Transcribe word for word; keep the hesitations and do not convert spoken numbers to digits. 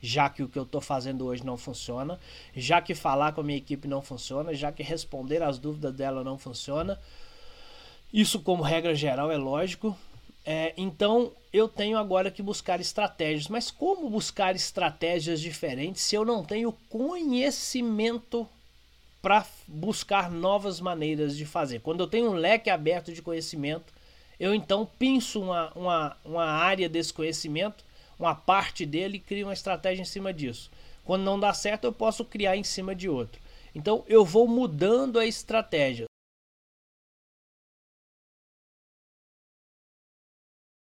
já que o que eu estou fazendo hoje não funciona, já que falar com a minha equipe não funciona, já que responder às dúvidas dela não funciona. Isso, como regra geral, é lógico. É, então, eu tenho agora que buscar estratégias. Mas como buscar estratégias diferentes se eu não tenho conhecimento para buscar novas maneiras de fazer? Quando eu tenho um leque aberto de conhecimento, eu então pinço uma, uma, uma área desse conhecimento, uma parte dele, e crio uma estratégia em cima disso. Quando não dá certo, eu posso criar em cima de outro. Então, eu vou mudando a estratégia.